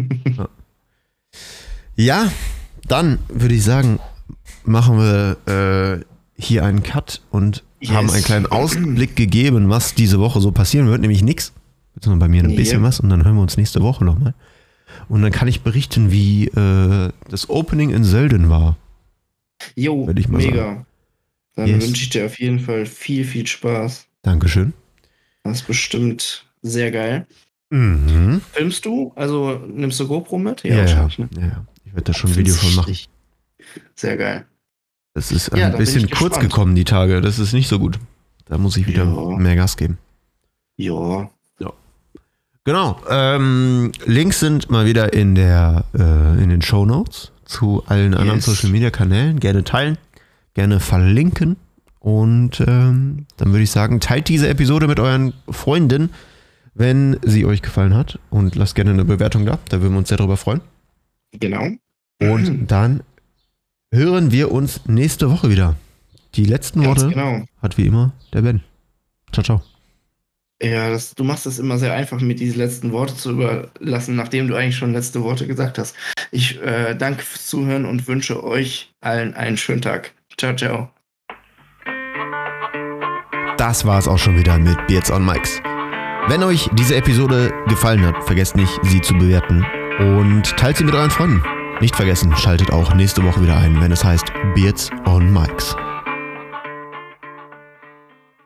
Ja, dann würde ich sagen, machen wir äh, hier einen Cut und Yes. haben einen kleinen Ausblick gegeben, was diese Woche so passieren wird, nämlich nichts. Beziehungsweise bei mir ein Nee. bisschen was und dann hören wir uns nächste Woche nochmal. Und dann kann ich berichten, wie äh, das Opening in Sölden war. Jo, Würde ich mal mega. Dann Yes. wünsche ich dir auf jeden Fall viel, viel Spaß. Dankeschön. Das ist bestimmt sehr geil. Mhm. Filmst du? Also nimmst du GoPro mit? Ja, ja, wahrscheinlich, ne? ja, ja. Ich werde da schon ein Video von machen. Sehr geil. Das ist Ja, ein da bin bisschen ich kurz gespannt. gekommen, die Tage. Das ist nicht so gut. Da muss ich wieder Ja. mehr Gas geben. Ja. Genau. Ähm, Links sind mal wieder in der äh, in den Shownotes zu allen anderen Yes. Social Media Kanälen. Gerne teilen, gerne verlinken. Und ähm, dann würde ich sagen, teilt diese Episode mit euren Freunden, wenn sie euch gefallen hat. Und lasst gerne eine Bewertung da. Da würden wir uns sehr drüber freuen. Genau. Und dann hören wir uns nächste Woche wieder. Die letzten Ganz Worte genau. hat wie immer der Ben. Ciao, ciao. Ja, das, du machst es immer sehr einfach, mir diese letzten Worte zu überlassen, nachdem du eigentlich schon letzte Worte gesagt hast. Ich äh, danke fürs Zuhören und wünsche euch allen einen schönen Tag. Ciao, ciao. Das war es auch schon wieder mit Beards on Mics. Wenn euch diese Episode gefallen hat, vergesst nicht, sie zu bewerten und teilt sie mit euren Freunden. Nicht vergessen, schaltet auch nächste Woche wieder ein, wenn es heißt Beards on Mics.